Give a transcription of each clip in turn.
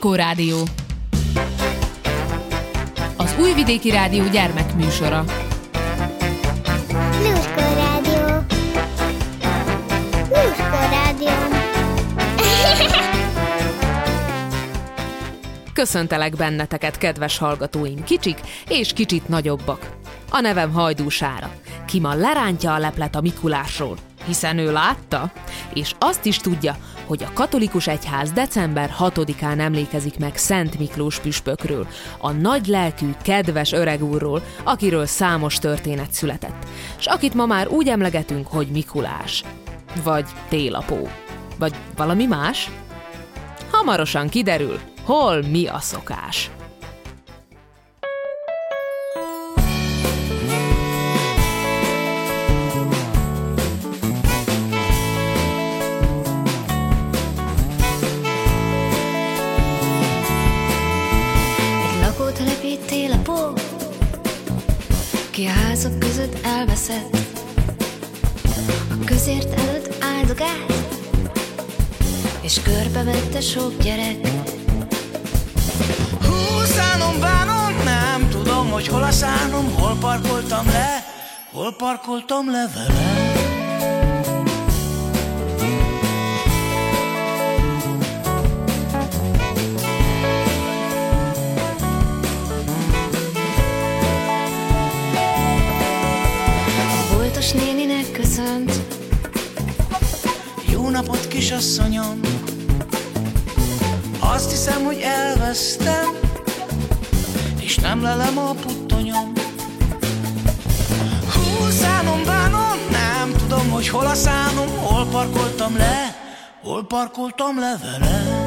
Lurkó Rádió. Az Újvidéki Rádió gyermekműsora. Lurkó Rádió. Lurkó Rádió. Köszöntelek benneteket, kedves hallgatóim, kicsik és kicsit nagyobbak. A nevem Hajdú Sára. Ki ma lerántja a leplet a Mikulásról, hiszen ő látta, és azt is tudja, hogy a katolikus egyház december 6-án emlékezik meg Szent Miklós püspökről, a nagy lelkű, kedves öreg úrról, akiről számos történet született, és akit ma már úgy emlegetünk, hogy Mikulás, vagy télapó, vagy valami más. Hamarosan kiderül, hol mi a szokás. Lakótelepi télapó, ki a házak között elveszett, a közért előtt áldogált, és körbevette sok gyerek. Szánom, bánom, nem tudom, hogy hol a szánom, hol parkoltam le vele. A boltos néninek köszönt. Jó napot, kisasszonyom, azt hiszem, hogy elvesztem, és nem lelem a puttonyom. Szánom, bánom, nem tudom, hogy hol a szánom, hol parkoltam le vele.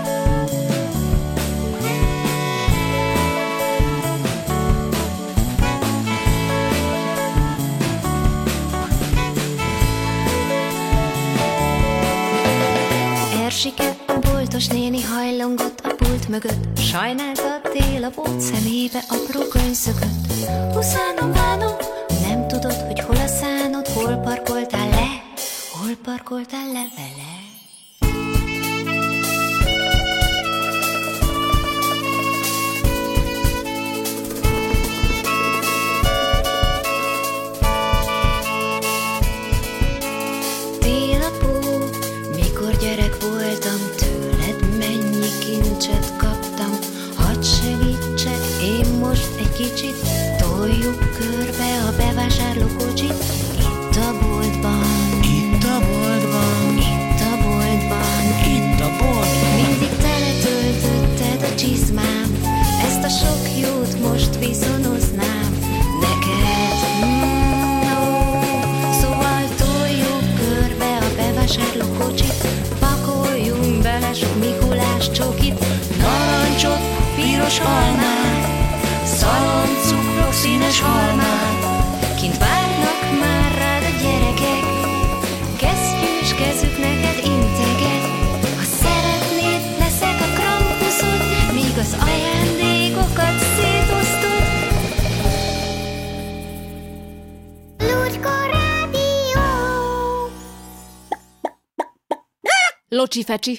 Ersike, a boltos néni hajlongott a pult mögött, sajnálta a télapót, szemébe apró könyv szökött. Szánom, bánom, nem tudod, hogy hol a szánod, hol parkoltál le vele. Télapó, mikor gyerek voltam, tőled mennyi kincset kaptam. Hadd segítsek én most egy kicsit, toljuk körbe a bevásárlókocsit. Itt a boltban, mindig teletöltötted a csizmám, ezt a sok jót most viszonoznám neked. Szóval toljuk körbe a bevásárlókocsit, pakoljunk bele sok Mikulás csokit, narancsot, piros almát, szaloncukrok, színes halmát. Kint várnak már rád a gyerekek, kesztyűs kezük neked integet. Ha szeretnéd, leszek a Krampuszod, míg az ajándékokat szétosztod. Lurkó Rádió. Locsi fecsi!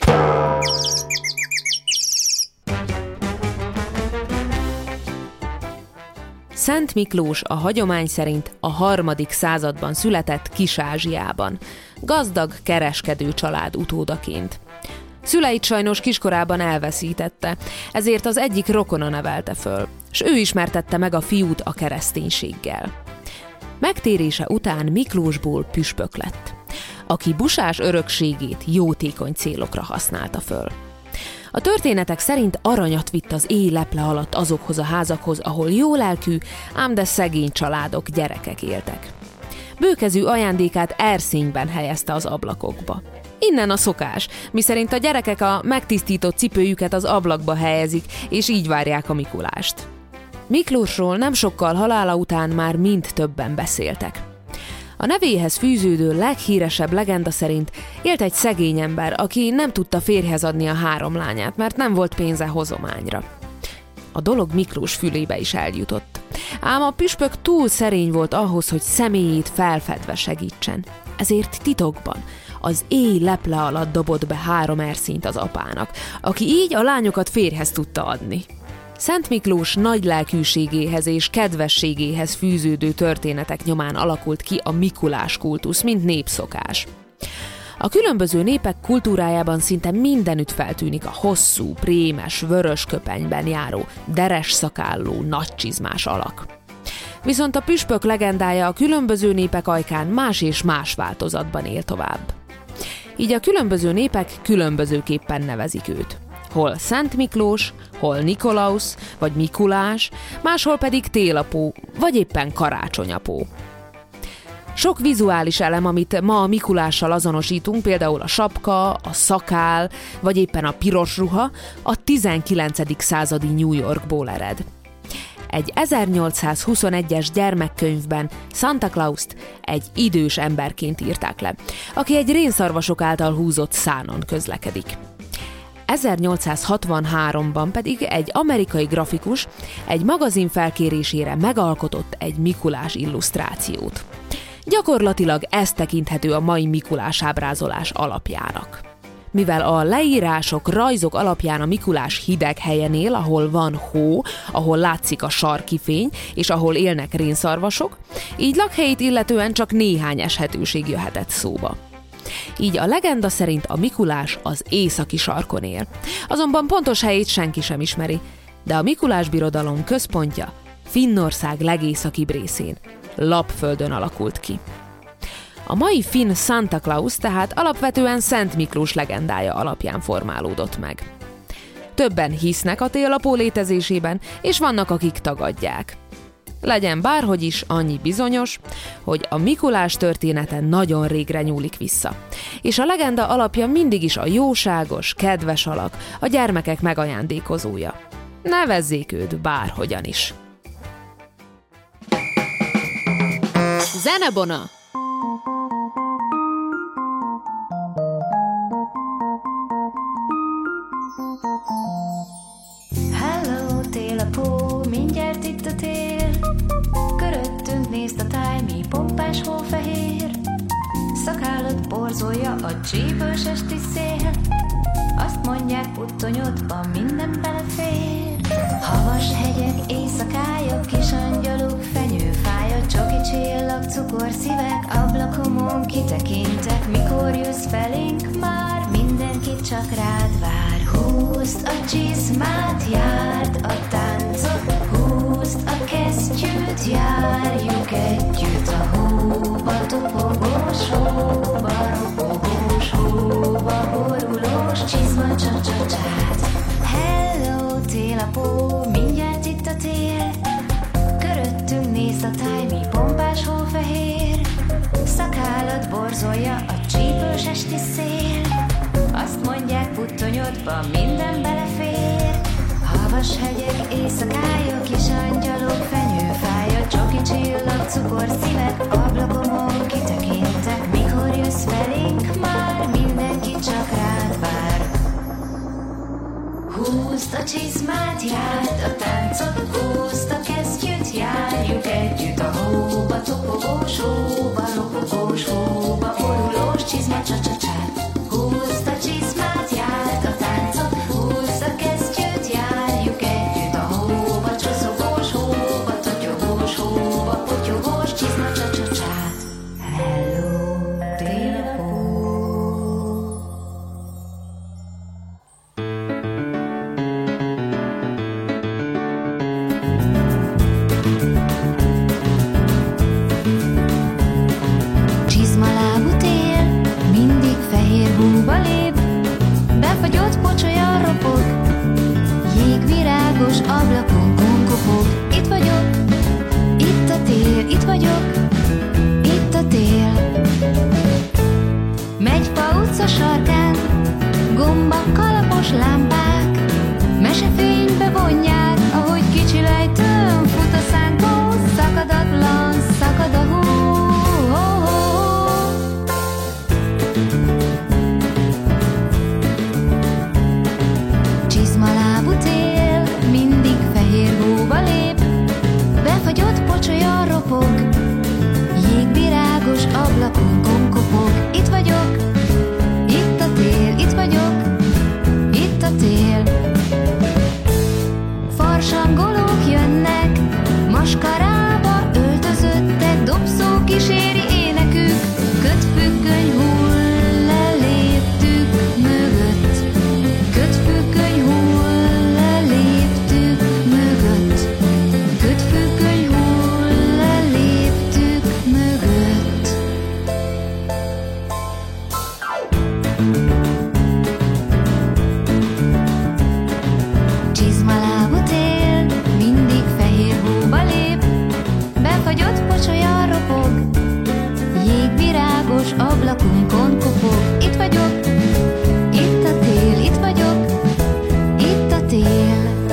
Szent Miklós a hagyomány szerint a 3. században született Kis-Ázsiában, gazdag kereskedő család utódaként. Szüleit sajnos kiskorában elveszítette, ezért az egyik rokona nevelte föl, s ő ismertette meg a fiút a kereszténységgel. Megtérése után Miklósból püspök lett, aki busás örökségét jótékony célokra használta föl. A történetek szerint aranyat vitt az éj leple alatt azokhoz a házakhoz, ahol jólelkű, ám de szegény családok, gyerekek éltek. Bőkezű ajándékát erszényben helyezte az ablakokba. Innen a szokás, miszerint a gyerekek a megtisztított cipőjüket az ablakba helyezik, és így várják a Mikulást. Miklósról nem sokkal halála után már mind többen beszéltek. A nevéhez fűződő leghíresebb legenda szerint élt egy szegény ember, aki nem tudta férjhez adni a 3 lányát, mert nem volt pénze hozományra. A dolog Miklós fülébe is eljutott. Ám a püspök túl szerény volt ahhoz, hogy személyét felfedve segítsen. Ezért titokban az éj leple alatt dobott be 3 erszínyt az apának, aki így a lányokat férjhez tudta adni. Szent Miklós nagy lelkűségéhez és kedvességéhez fűződő történetek nyomán alakult ki a Mikulás kultusz, mint népszokás. A különböző népek kultúrájában szinte mindenütt feltűnik a hosszú, prémes, vörös köpenyben járó, deres szakállú, nagy csizmás alak. Viszont a püspök legendája a különböző népek ajkán más és más változatban él tovább. Így a különböző népek különbözőképpen nevezik őt. Hol Szent Miklós, hol Nikolaus vagy Mikulás, máshol pedig télapó, vagy éppen karácsonyapó. Sok vizuális elem, amit ma a Mikulással azonosítunk, például a sapka, a szakál, vagy éppen a piros ruha, a 19. századi New Yorkból ered. Egy 1821-es gyermekkönyvben Santa Claust egy idős emberként írták le, aki egy rénszarvasok által húzott szánon közlekedik. 1863-ban pedig egy amerikai grafikus egy magazin felkérésére megalkotott egy Mikulás illusztrációt. Gyakorlatilag ez tekinthető a mai Mikulás ábrázolás alapjának. Mivel a leírások, rajzok alapján a Mikulás hideg helyen él, ahol van hó, ahol látszik a sarki fény, és ahol élnek rénszarvasok, így lakhelyét illetően csak néhány eshetőség jöhetett szóba. Így a legenda szerint a Mikulás az északi sarkon él. Azonban pontos helyét senki sem ismeri, de a Mikulás birodalom központja Finnország legészakibb részén, Lappföldön alakult ki. A mai finn Santa Claus tehát alapvetően Szent Miklós legendája alapján formálódott meg. Többen hisznek a télapó létezésében, és vannak, akik tagadják. Legyen bárhogy is, annyi bizonyos, hogy a Mikulás története nagyon régre nyúlik vissza, és a legenda alapja mindig is a jóságos, kedves alak, a gyermekek megajándékozója. Nevezzék őt bárhogyan is. Zenebona! Hello, télapó, mindjárt itt a tél. Köröttünk nézd a táj, mi pompás hófehér. Szakállat borzolja a csípős esti szél. Azt mondják, puttonyodban minden belefér. Havas hegyek, éjszakája, kis angyalok, fenyőfája, csoki csillag, cukorszívek, ablakomon kitekintek. Mikor jössz felénk már, mindenki csak rád vár. Húzd a csizmát, járd a táncot, húzd a kesztyűt, járjuk együtt a hóba, topogós, hóba, ropogós, hóba, borulós, csizma, csa-csa-csát. Hello, télapó, mindjárt itt a tél. Köröttünk nézd a táj, mi pompás hófehér. Szakállat borzolja a csípős esti szél. Azt mondják, puttonyodban minden belefér. Havas hegyek, éjszakája, kis angyalok, fenyőfája, csoki csillag, cukorszívek, ablakomon kitekintek. Mikor jössz felénk már, mindenki csak rád vár. Húzd a csizmát, járd a táncot, húzd a kesztyűt, járjuk együtt a hóba, topogós, hóba, ropogós, hóba, borulós, csizma, csa-csa-csát. Húzd a csizmát, járd a táncot, húzd a kesztyűt, járjuk együtt a hóba, csoszogós, hóba, totyogós, hóba, potyogós, csizma, csa-csa-csát. Hello, télapó. Csizmalábú tél, mindig fehér húba lép, befagyott pocsolya ropog, jégvirágos ablakon kopog. Itt vagyok, itt a tél, itt vagyok, itt a tél. Megyfa utca sarkán, gombak, kalapos lámpák, mesefénybe vonják, ahogy kicsi lejtőn fut a szánkó, szakadatlan, szakad a hó. Csizmalábú tél, mindig fehér hóba lép, befagyott pocsolya ropog, jégvirágos ablakon kopog. Itt vagyok, Csizmalábú tél mindig fehér hóba lép, befagyott pocsolya ropog, jégvirágos ablakunkon kopog. Itt vagyok, itt a tél, itt vagyok, itt a tél.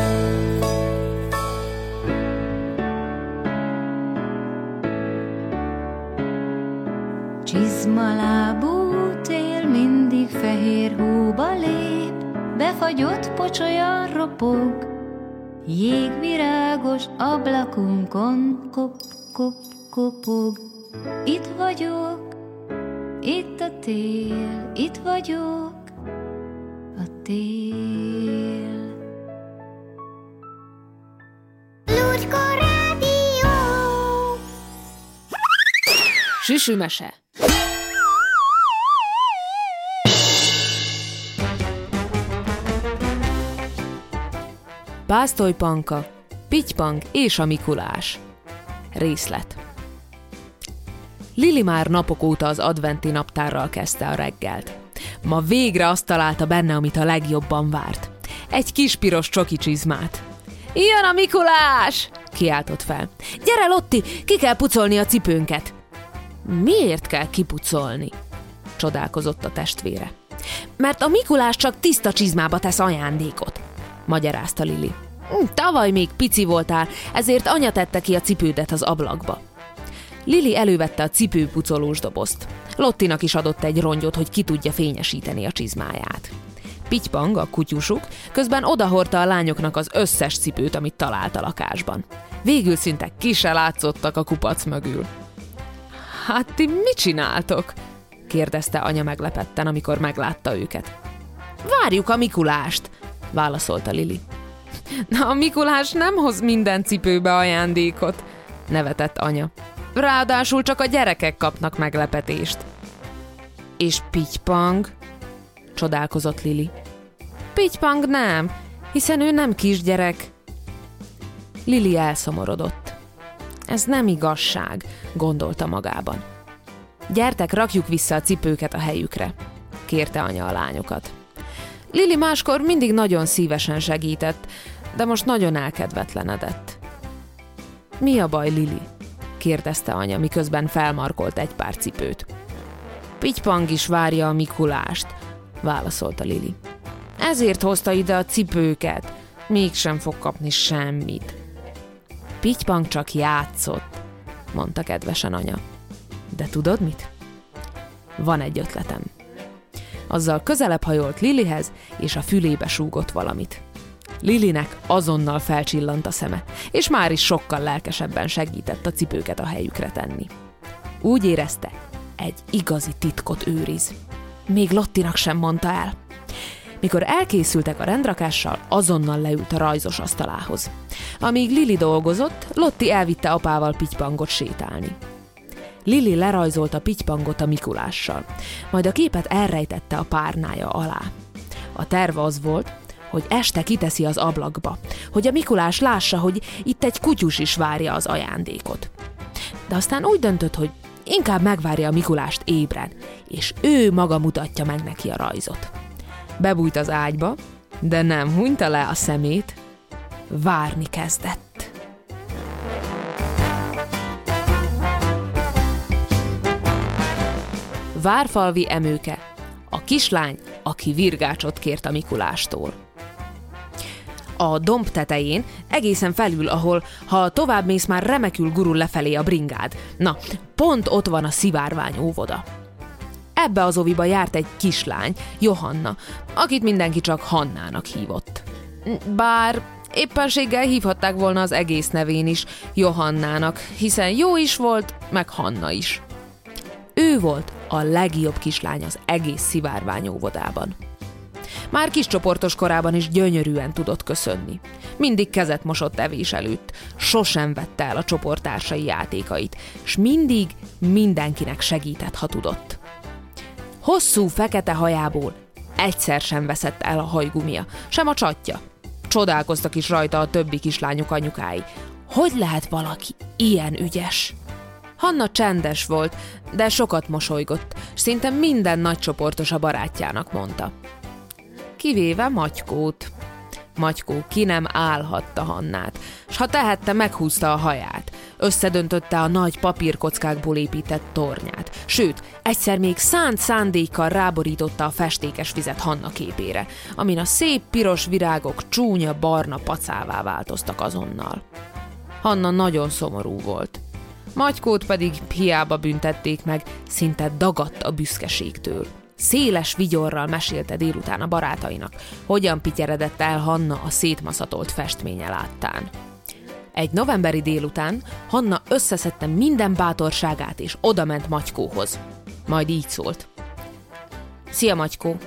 Csizmalábú tél mindig fehér hóba lép, befagyott pocsolya ropog, jégvirágos ablakunkon kopog. Itt vagyok, itt a tél, itt vagyok, a tél. Lucska Rádió. Süsümese. Pásztolypanka, Pitypang és a Mikulás. Részlet. Lili már napok óta az adventi naptárral kezdte a reggelt. Ma végre azt találta benne, amit a legjobban várt. Egy kis piros csoki csizmát. Jön a Mikulás! Kiáltott fel. Gyere, Lotti, ki kell pucolni a cipőnket. Miért kell kipucolni? Csodálkozott a testvére. Mert a Mikulás csak tiszta csizmába tesz ajándékot, magyarázta Lili. Tavaly még pici voltál, ezért anya tette ki a cipődet az ablakba. Lili elővette a cipőpucolós dobozt. Lottinak is adott egy rongyot, hogy ki tudja fényesíteni a csizmáját. Pitypang, a kutyusuk, közben odahordta a lányoknak az összes cipőt, amit talált a lakásban. Végül szinte ki se látszottak a kupac mögül. Hát ti mit csináltok? kérdezte anya meglepetten, amikor meglátta őket. Várjuk a Mikulást, válaszolta Lili. A Mikulás nem hoz minden cipőbe ajándékot, nevetett anya. Ráadásul csak a gyerekek kapnak meglepetést. És Pitypang? Csodálkozott Lili. Pitypang nem, hiszen ő nem kisgyerek. Lili elszomorodott. Ez nem igazság, gondolta magában. Gyertek, rakjuk vissza a cipőket a helyükre, kérte anya a lányokat. Lili máskor mindig nagyon szívesen segített, de most nagyon elkedvetlenedett. Mi a baj, Lili? kérdezte anya, miközben felmarkolt egy pár cipőt. Pitypang is várja a Mikulást, válaszolta Lili. Ezért hozta ide a cipőket, mégsem fog kapni semmit. Pitypang csak játszott, mondta kedvesen anya. De tudod mit? Van egy ötletem. Azzal közelebb hajolt Lilihez, és a fülébe súgott valamit. Lilinek azonnal felcsillant a szeme, és már is sokkal lelkesebben segített a cipőket a helyükre tenni. Úgy érezte, egy igazi titkot őriz. Még Lottinak sem mondta el. Mikor elkészültek a rendrakással, azonnal leült a rajzos asztalához. Amíg Lili dolgozott, Lotti elvitte apával Pitypangot sétálni. Lili lerajzolta Pitypangot a Mikulással, majd a képet elrejtette a párnája alá. A terv az volt, hogy este kiteszi az ablakba, hogy a Mikulás lássa, hogy itt egy kutyus is várja az ajándékot. De aztán úgy döntött, hogy inkább megvárja a Mikulást ébren, és ő maga mutatja meg neki a rajzot. Bebújt az ágyba, de nem hunyta le a szemét, várni kezdett. Várfalvi Emőke, a kislány, aki virgácsot kért a Mikulástól. A domb tetején, egészen felül, ahol, ha tovább mész, már remekül gurul lefelé a bringád. Na, pont ott van a szivárvány óvoda. Ebbe az oviba járt egy kislány, Johanna, akit mindenki csak Hannának hívott. Bár éppenséggel hívhatták volna az egész nevén is Johannának, hiszen jó is volt, meg Hanna is. Ő volt a legjobb kislány az egész szivárvány óvodában. Már kiscsoportos korában is gyönyörűen tudott köszönni. Mindig kezet mosott evés előtt, sosem vette el a csoporttársai játékait, s mindig mindenkinek segített, ha tudott. Hosszú fekete hajából egyszer sem veszett el a hajgumia, sem a csatja. Csodálkoztak is rajta a többi kislányok anyukái. Hogy lehet valaki ilyen ügyes? Hanna csendes volt, de sokat mosolygott, s szinte minden nagycsoportos a barátjának mondta. Kivéve Magykót. Magykó ki nem állhatta Hannát, s ha tehette, meghúzta a haját. Összedöntötte a nagy papírkockákból épített tornyát, sőt, egyszer még szánt szándékkal ráborította a festékes vizet Hanna képére, amin a szép piros virágok csúnya barna pacává változtak azonnal. Hanna nagyon szomorú volt. Magykót pedig hiába büntették meg, szinte dagadt a büszkeségtől. Széles vigyorral mesélte délután a barátainak, hogyan pityeredett el Hanna a szétmaszatolt festménye láttán. Egy novemberi délután Hanna összeszedte minden bátorságát, és odament Magykóhoz. Majd így szólt. Szia, Magykó!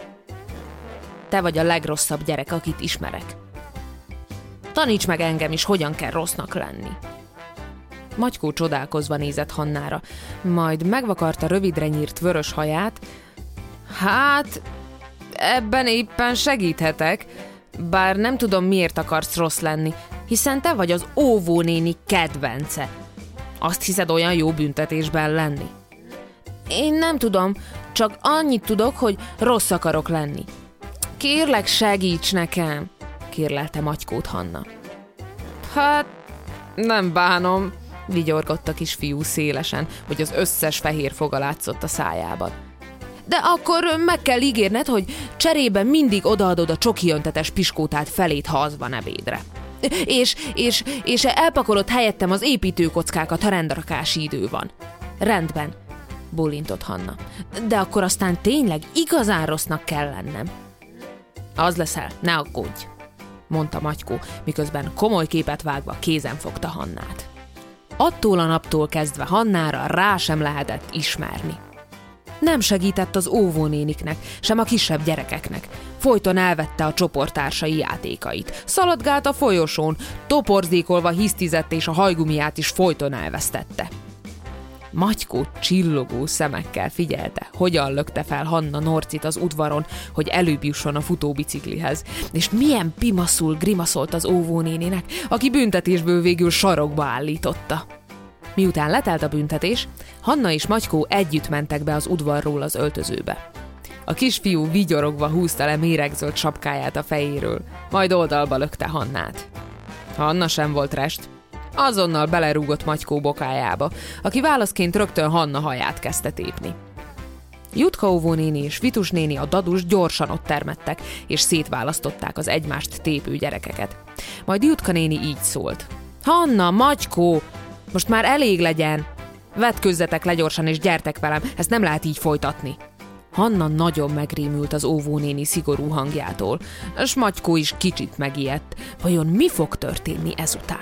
Te vagy a legrosszabb gyerek, akit ismerek. Taníts meg engem is, hogyan kell rossznak lenni. Magykó csodálkozva nézett Hannára, majd megvakarta rövidre nyírt vörös haját. Hát, ebben éppen segíthetek, bár nem tudom, miért akarsz rossz lenni, hiszen te vagy az óvónéni kedvence. Azt hiszed, olyan jó büntetésben lenni? Én nem tudom, csak annyit tudok, hogy rossz akarok lenni. Kérlek, segíts nekem, kérlelte Magykót Hanna. Hát, nem bánom, vigyorgott a kisfiú szélesen, hogy az összes fehér foga látszott a szájában. De akkor meg kell ígérned, hogy cserébe mindig odaadod a csokiöntetes piskótát felét, ha az van ebédre. És elpakolod helyettem az építőkockákat, ha rendrakási idő van. Rendben, bólintott Hanna. De akkor aztán tényleg igazán rossznak kell lennem. Az leszel, ne aggódj, mondta Magykó, miközben komoly képet vágva kézen fogta Hannát. Attól a naptól kezdve Hannára rá sem lehetett ismerni. Nem segített az óvónéniknek, sem a kisebb gyerekeknek. Folyton elvette a csoporttársai játékait. Szaladgált a folyosón, toporzékolva hisztizett, és a hajgumiját is folyton elvesztette. Magykó csillogó szemekkel figyelte, hogyan lökte fel Hanna Norcit az udvaron, hogy előbb jusson a futóbiciklihez, és milyen pimaszul grimaszolt az óvónéninek, aki büntetésből végül sarokba állította. Miután letelt a büntetés, Hanna és Magykó együtt mentek be az udvarról az öltözőbe. A kisfiú vigyorogva húzta le méregzöld sapkáját a fejéről, majd oldalba lökte Hannát. Hanna sem volt rest. Azonnal belerúgott Magykó bokájába, aki válaszként rögtön Hanna haját kezdte tépni. Jutka óvónéni és Vitus néni a dadus gyorsan ott termettek, és szétválasztották az egymást tépő gyerekeket. Majd Jutka néni így szólt. Hanna, Magykó, most már elég legyen! Vetközzetek le gyorsan, és gyertek velem, ezt nem lehet így folytatni. Hanna nagyon megrémült az óvónéni szigorú hangjától, és Magykó is kicsit megijedt. Vajon mi fog történni ezután?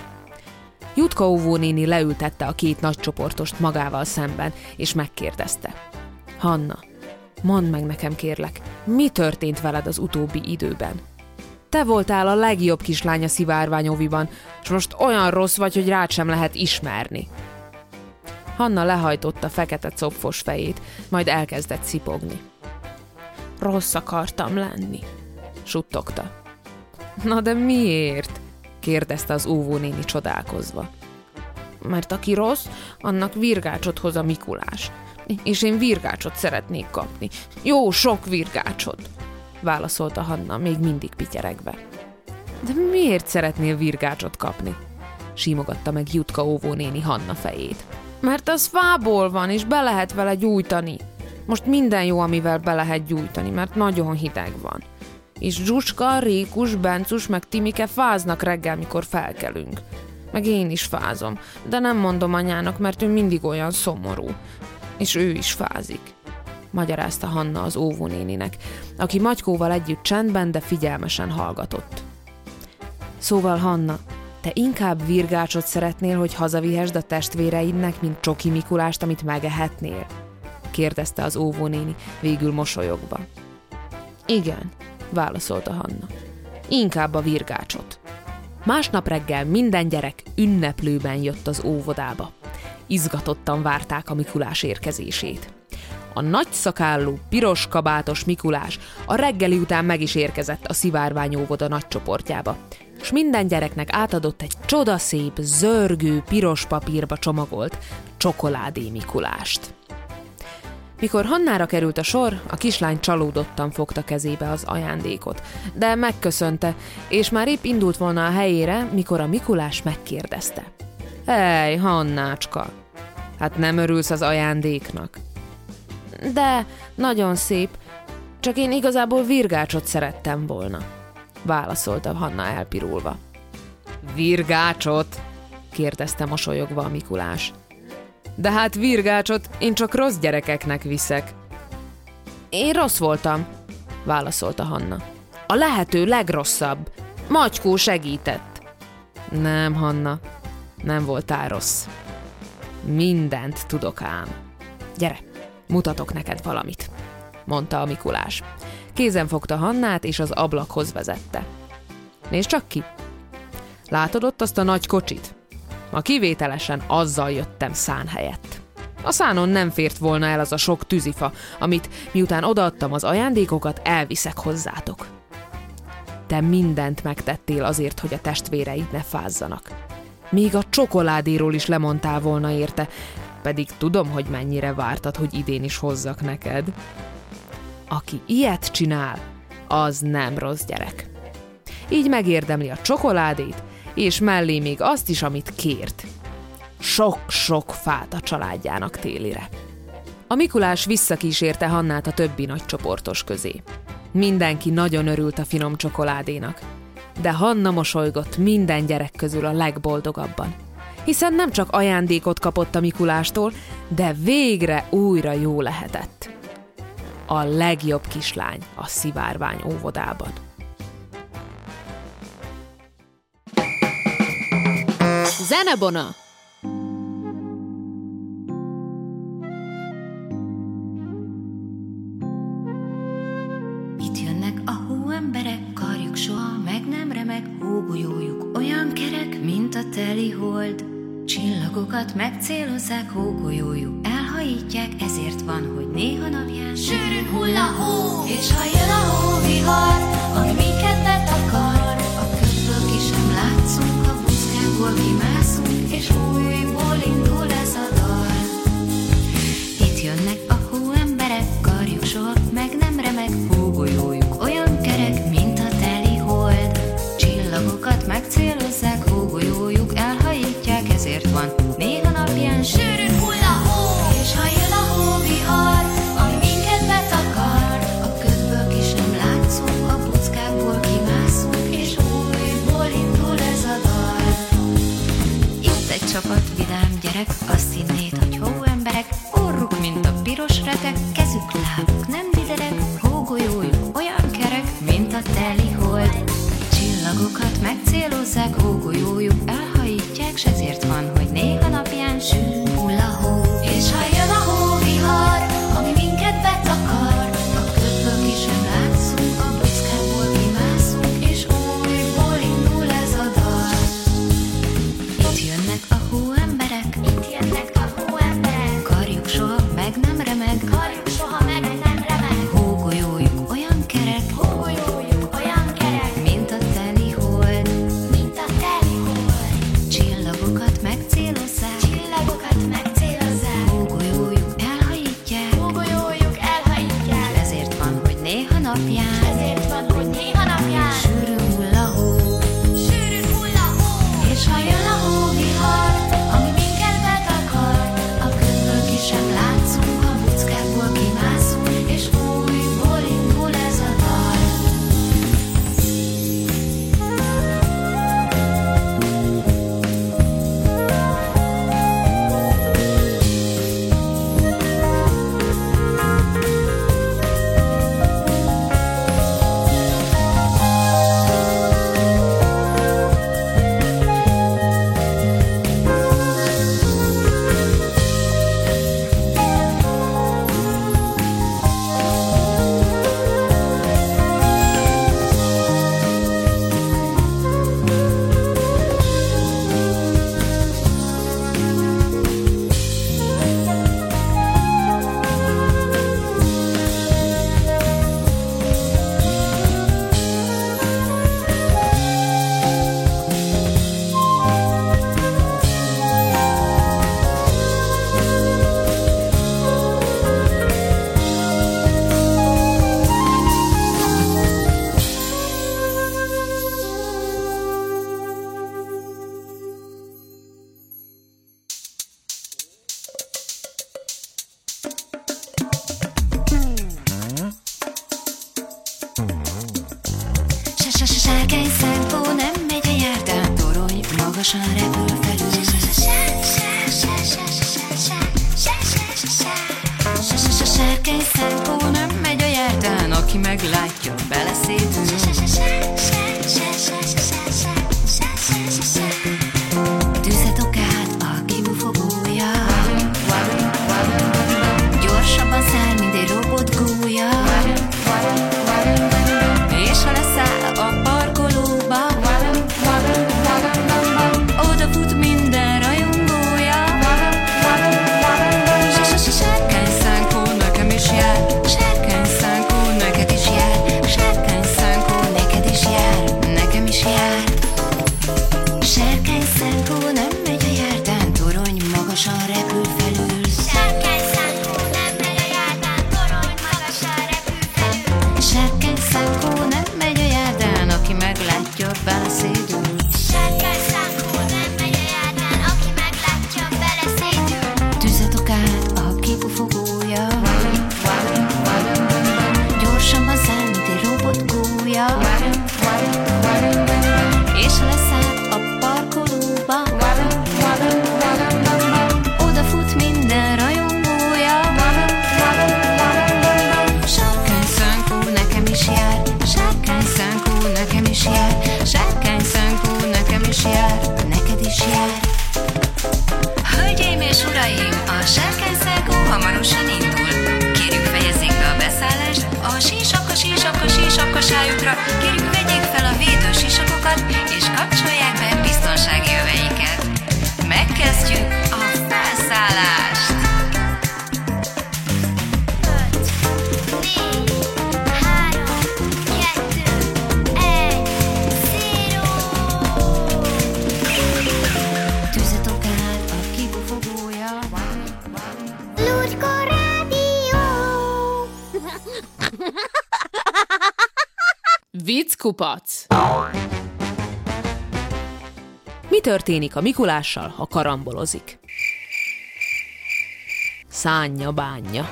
Jutka óvónéni leültette a két nagycsoportost magával szemben, és megkérdezte. Hanna, mondd meg nekem, kérlek, mi történt veled az utóbbi időben? Te voltál a legjobb kislány a szivárványoviban, és most olyan rossz vagy, hogy rád sem lehet ismerni. Hanna lehajtotta fekete copfos fejét, majd elkezdett szipogni. Rossz akartam lenni, suttogta. Na de miért? Kérdezte az óvónéni csodálkozva. Mert aki rossz, annak virgácsot hoz a Mikulás. És én virgácsot szeretnék kapni. Jó sok virgácsot, válaszolta Hanna, még mindig pityeregve. De miért szeretnél virgácsot kapni? Símogatta meg Jutka óvónéni Hanna fejét. Mert az fából van, és be lehet vele gyújtani. Most minden jó, amivel be lehet gyújtani, mert nagyon hideg van. És Zsuska, Rékus, Bencus meg Timike fáznak reggel, mikor felkelünk. Meg én is fázom, de nem mondom anyának, mert ő mindig olyan szomorú. És ő is fázik, magyarázta Hanna az óvónéninek, aki Magykóval együtt csendben, de figyelmesen hallgatott. Szóval, Hanna, te inkább virgácsot szeretnél, hogy hazavihesd a testvéreidnek, mint csoki Mikulást, amit megehetnél? Kérdezte az óvónéni, végül mosolyogva. Igen, válaszolta Hanna. Inkább a virgácsot. Másnap reggel minden gyerek ünneplőben jött az óvodába. Izgatottan várták a Mikulás érkezését. A nagy szakállú, piros kabátos Mikulás a reggeli után meg is érkezett a szivárvány óvoda nagy csoportjába, s minden gyereknek átadott egy csodaszép, zörgő, piros papírba csomagolt, Csokoládé Mikulást. Mikor Hannára került a sor, a kislány csalódottan fogta kezébe az ajándékot, de megköszönte, és már épp indult volna a helyére, mikor a Mikulás megkérdezte. Ej, Hannácska, hát nem örülsz az ajándéknak? De, nagyon szép, csak én igazából virgácsot szerettem volna, válaszolta Hanna elpirulva. Virgácsot? Kérdezte mosolyogva a Mikulás. De hát virgácsot én csak rossz gyerekeknek viszek. Én rossz voltam, válaszolta Hanna. A lehető legrosszabb. Magykó segített. Nem, Hanna, nem voltál rossz. Mindent tudok ám. Gyere, mutatok neked valamit, mondta a Mikulás. Kézen fogta Hannát és az ablakhoz vezette. Nézd csak ki! Látod ott azt a nagy kocsit? Ma kivételesen azzal jöttem szán helyett. A szánon nem fért volna el az a sok tűzifa, amit miután odaadtam az ajándékokat, elviszek hozzátok. Te mindent megtettél azért, hogy a testvéreid ne fázzanak. Még a csokoládéról is lemondtál volna érte, pedig tudom, hogy mennyire vártad, hogy idén is hozzak neked. Aki ilyet csinál, az nem rossz gyerek. Így megérdemli a csokoládét, és mellé még azt is, amit kért. Sok-sok fát a családjának télire. A Mikulás visszakísérte Hannát a többi nagy csoportos közé. Mindenki nagyon örült a finom csokoládénak, de Hanna mosolygott minden gyerek közül a legboldogabban, hiszen nem csak ajándékot kapott a Mikulástól, de végre újra jó lehetett. A legjobb kislány a Szivárvány óvodában. Zenebona! Itt jönnek a hóemberek, karjuk soha meg nem remeg, hógolyójuk olyan kerek, mint a teli hold. Csillagokat megcélozzák, hógolyójuk elhajítják, ezért van, hogy néha napján sűrűn hull a hó. És ha jön a hóvihar, ami minket betakar, a ködből ki sem látszunk, a buszkákból kimászunk, és újból indul ez a dal. Itt jönnek a hóemberek, karjuk soha meg nem remeg, hógolyójuk olyan kerek, mint a teli hold. Csillagokat megcélozzák, hógolyójuk elhajítják, ezért van néha napján sűrűn hull a hó. És ha jön a hóvihar, ami minket betakar, a ködből ki sem látszunk, a buckákból kimászunk, és újból indul ez a dal. Itt egy csapat vidám gyerek, azt hinnéd, hogy hóemberek, orruk, mint a piros retek, kezük, lábuk nem liderek, hógolyójuk olyan kerek, mint a teli hold. Csillagokat megcélozzák, hógolyójuk elhajítják, s ezért van, hogy néha napján sűrűn hull a hó. És ha jön a hóvihar, ami minket betakar, a ködből ki sem látszunk, a buckából kimászunk, és újból indul ez a dal. Itt jönnek a hóemberek, itt jönnek a hóemberek, karjuk soha meg nem remeg, karjuk soha meg nem remeg, hógolyójuk olyan kerek, hógolyójuk olyan kerek, mint a teli hold, mint a teli hold. Csillagokat megcélozzák, csillagokat megcélozzák, hógolyójuk elhajítják, hógolyójuk elhajítják, ezért van, hogy néha napján, ezért van, hogy néha napján sűrűn hull a hó, sűrűn hull a hó. És ha jön a hóvihar, ami minket betakar, a ködből ki sem látszunk, a buckákból kimászunk, és újból indul ez a dal. Sárkány szánkó nem megy a járdán, torony magasan repül felül. Sárkány szánkó nem megy a járdán, aki meglátja, beleszédül. Tüzet okát a kibufogója, gyorsabban száll, mint egy robot gólya. És ha leszáll a parkolóba, odafut minden rajongója. Sárkány szánkó nekem is jár, sárkány szánkó neked is jár, sárkány szánkó neked is jár, nekem is jár. Sárkány szánkó nem megy a járdán, torony magasan repül felül. Sárkány szánkó nem megy a járdán, torony magasan repül felül. Sárkány szánkó nem megy a járdán, aki meglátja, beleszédül. Sárkány szánkó nem megy a járdán, aki meglátja, beleszédül. Tüzet okát a kibufogója, gyorsabban száll, mint egy robot gólya. És ha leszáll a parkolóba, odafut minden rajongója. Sárkány szánkó nekem is jár, sárkány szánkó nekem is jár, sárkány szánkó nekem is jár, neked is jár. Hölgyeim és uraim, a sárkány szánkó hamarosan indul. Kérjük, fejezzék be a beszállást a sísapka sájukra. Kérjük, vegyék fel a védő sisakokat és kapcsolják be biztonsági öveiket. Megkezdjük a felszállást! 5, 4, 3, 2, 1, 0. Tüzet okát a kibufogója. Lucska Rádió. Vicckupac. Mi történik a Mikulással, ha karambolozik? Szánja bánja.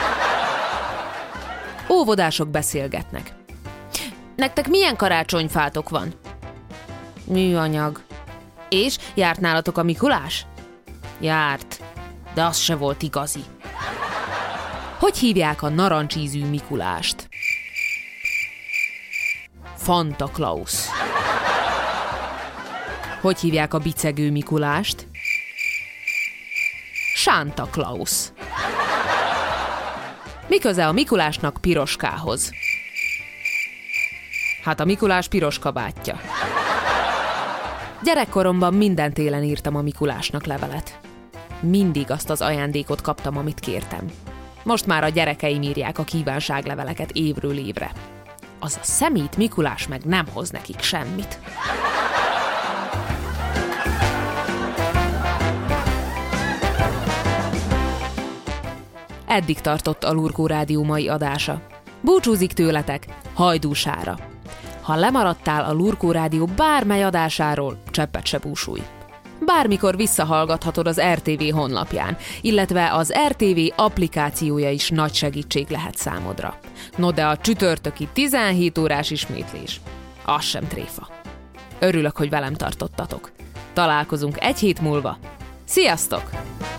Óvodások beszélgetnek. Nektek milyen karácsonyfátok van? Műanyag. És járt nálatok a Mikulás? Járt, de az se volt igazi. Hogy hívják a narancsízű Mikulást? Santa Claus. Hogy hívják a bicegő Mikulást? Santa Claus. Mi köze a Mikulásnak Piroskához? Hát a Mikulás piros kabátja. Gyerekkoromban minden télen írtam a Mikulásnak levelet. Mindig azt az ajándékot kaptam, amit kértem. Most már a gyerekeim írják a kívánságleveleket évről évre. Az a szemét Mikulás meg nem hoz nekik semmit. Eddig tartott a Lurkó Rádió mai adása. Búcsúzik tőletek Hajdúsára. Ha lemaradtál a Lurkó Rádió bármely adásáról, cseppet se búsulj. Bármikor visszahallgathatod az RTV honlapján, illetve az RTV applikációja is nagy segítség lehet számodra. No de a csütörtöki 17 órás ismétlés, az sem tréfa. Örülök, hogy velem tartottatok. Találkozunk egy hét múlva. Sziasztok!